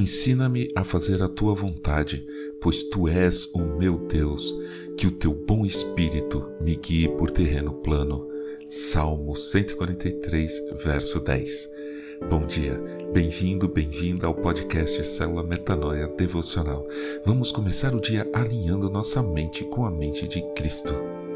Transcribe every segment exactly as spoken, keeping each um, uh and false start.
Ensina-me a fazer a tua vontade, pois tu és o meu Deus. Que o teu bom espírito me guie por terreno plano. Salmo cento e quarenta e três, verso dez. Bom dia, bem-vindo, bem-vinda ao podcast Célula Metanoia Devocional. Vamos começar o dia alinhando nossa mente com a mente de Cristo.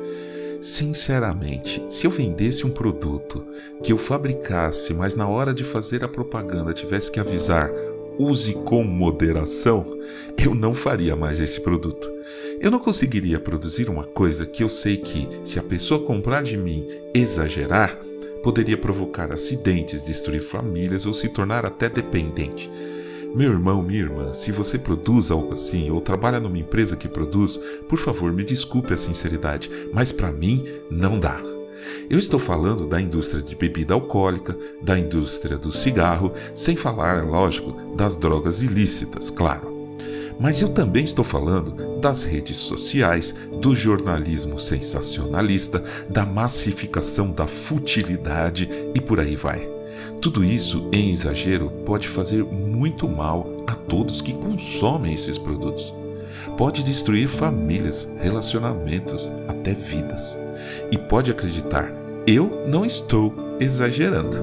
Sinceramente, se eu vendesse um produto que eu fabricasse, mas na hora de fazer a propaganda tivesse que avisar use com moderação, eu não faria mais esse produto. Eu não conseguiria produzir uma coisa que eu sei que, se a pessoa comprar de mim exagerar, poderia provocar acidentes, destruir famílias ou se tornar até dependente. Meu irmão, minha irmã, se você produz algo assim ou trabalha numa empresa que produz, por favor, me desculpe a sinceridade, mas para mim não dá. Eu estou falando da indústria de bebida alcoólica, da indústria do cigarro, sem falar, é lógico, das drogas ilícitas, claro. Mas eu também estou falando das redes sociais, do jornalismo sensacionalista, da massificação da futilidade e por aí vai. Tudo isso, em exagero, pode fazer muito mal a todos que consomem esses produtos. Pode destruir famílias, relacionamentos, até vidas. E pode acreditar, eu não estou exagerando.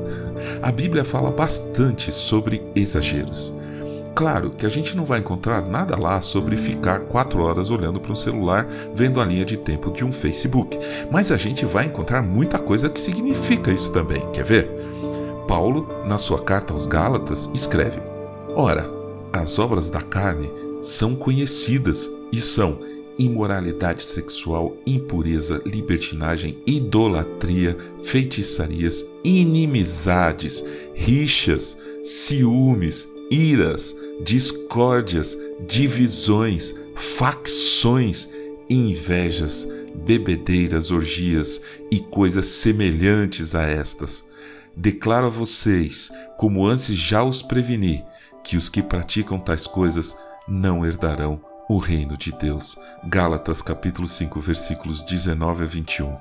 A Bíblia fala bastante sobre exageros. Claro que a gente não vai encontrar nada lá sobre ficar quatro horas olhando para um celular vendo a linha de tempo de um Facebook, mas a gente vai encontrar muita coisa que significa isso também. Quer ver? Paulo, na sua carta aos Gálatas, escreve: Ora, as obras da carne são conhecidas e são imoralidade sexual, impureza, libertinagem, idolatria, feitiçarias, inimizades, rixas, ciúmes, iras, discórdias, divisões, facções, invejas, bebedeiras, orgias e coisas semelhantes a estas. Declaro a vocês, como antes já os preveni, que os que praticam tais coisas não herdarão o reino de Deus. Gálatas capítulo cinco, versículos dezenove a vinte e um.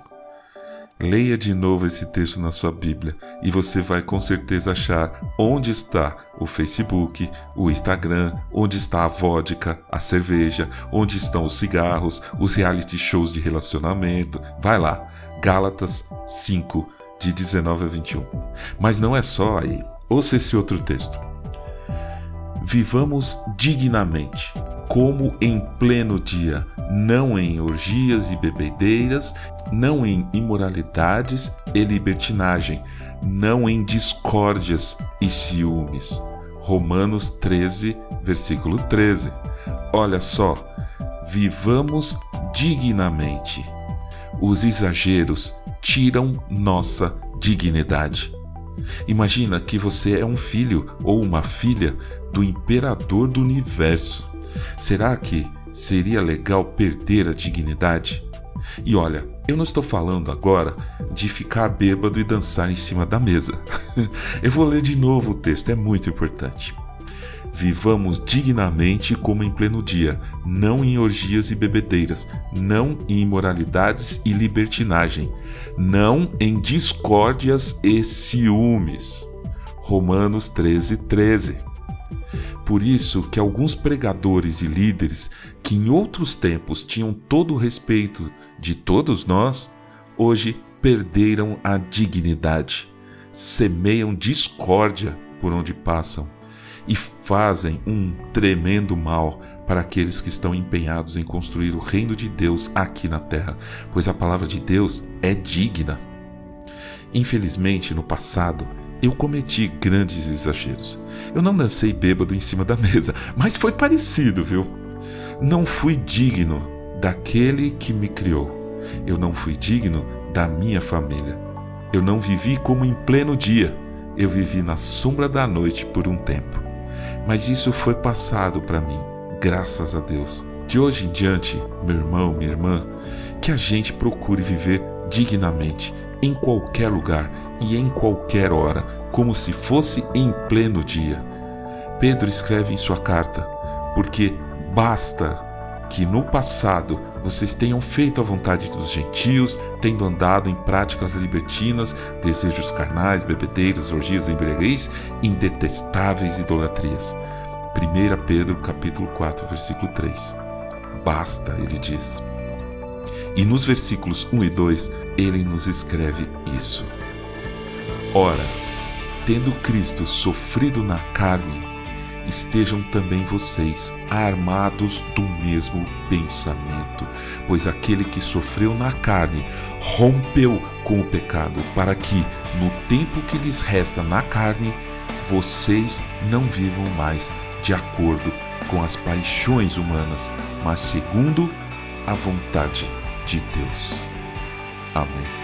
Leia de novo esse texto na sua Bíblia e você vai com certeza achar onde está o Facebook, o Instagram, onde está a vodka, a cerveja, onde estão os cigarros, os reality shows de relacionamento. Vai lá, Gálatas cinco, de dezenove a vinte e um. Mas não é só aí. Ouça esse outro texto. Vivamos dignamente, como em pleno dia, não em orgias e bebedeiras, não em imoralidades e libertinagem, não em discórdias e ciúmes. Romanos treze, versículo treze. Olha só, vivamos dignamente. Os exageros tiram nossa dignidade. Imagina que você é um filho ou uma filha do imperador do universo. Será que seria legal perder a dignidade? E olha, eu não estou falando agora de ficar bêbado e dançar em cima da mesa. Eu vou ler de novo o texto, é muito importante. Vivamos dignamente como em pleno dia, não em orgias e bebedeiras, não em imoralidades e libertinagem, não em discórdias e ciúmes. Romanos treze, treze. Por isso que alguns pregadores e líderes que em outros tempos tinham todo o respeito de todos nós, hoje perderam a dignidade, semeiam discórdia por onde passam e fazem um tremendo mal para aqueles que estão empenhados em construir o reino de Deus aqui na terra, pois a palavra de Deus é digna. Infelizmente, no passado, eu cometi grandes exageros. Eu não dancei bêbado em cima da mesa, mas foi parecido, viu? Não fui digno daquele que me criou. Eu não fui digno da minha família. Eu não vivi como em pleno dia. Eu vivi na sombra da noite por um tempo. Mas isso foi passado para mim, graças a Deus. De hoje em diante, meu irmão, minha irmã, que a gente procure viver dignamente, em qualquer lugar e em qualquer hora, como se fosse em pleno dia. Pedro escreve em sua carta, porque basta que no passado vocês tenham feito a vontade dos gentios, tendo andado em práticas libertinas, desejos carnais, bebedeiras, orgias, embriaguez, em detestáveis idolatrias. primeira Pedro capítulo quatro, versículo três. Basta, ele diz. E nos versículos um e dois, ele nos escreve isso. Ora, tendo Cristo sofrido na carne, estejam também vocês armados do mesmo pensamento, pois aquele que sofreu na carne rompeu com o pecado, para que, no tempo que lhes resta na carne, vocês não vivam mais de acordo com as paixões humanas, mas segundo a vontade de Deus. Amém.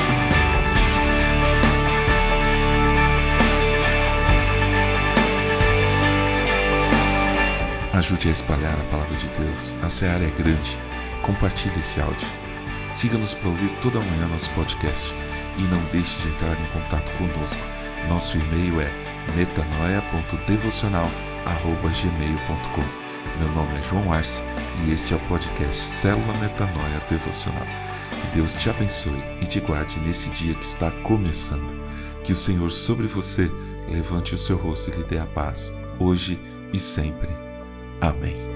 Ajude a espalhar a palavra de Deus. A seara é grande. Compartilhe esse áudio. Siga-nos para ouvir toda manhã nosso podcast. E não deixe de entrar em contato conosco. Nosso e-mail é metanoia ponto devocional arroba gmail ponto com. Meu nome é João Arce e este é o podcast Célula Metanoia Devocional. Que Deus te abençoe e te guarde nesse dia que está começando. Que o Senhor sobre você levante o seu rosto e lhe dê a paz, hoje e sempre. Amém.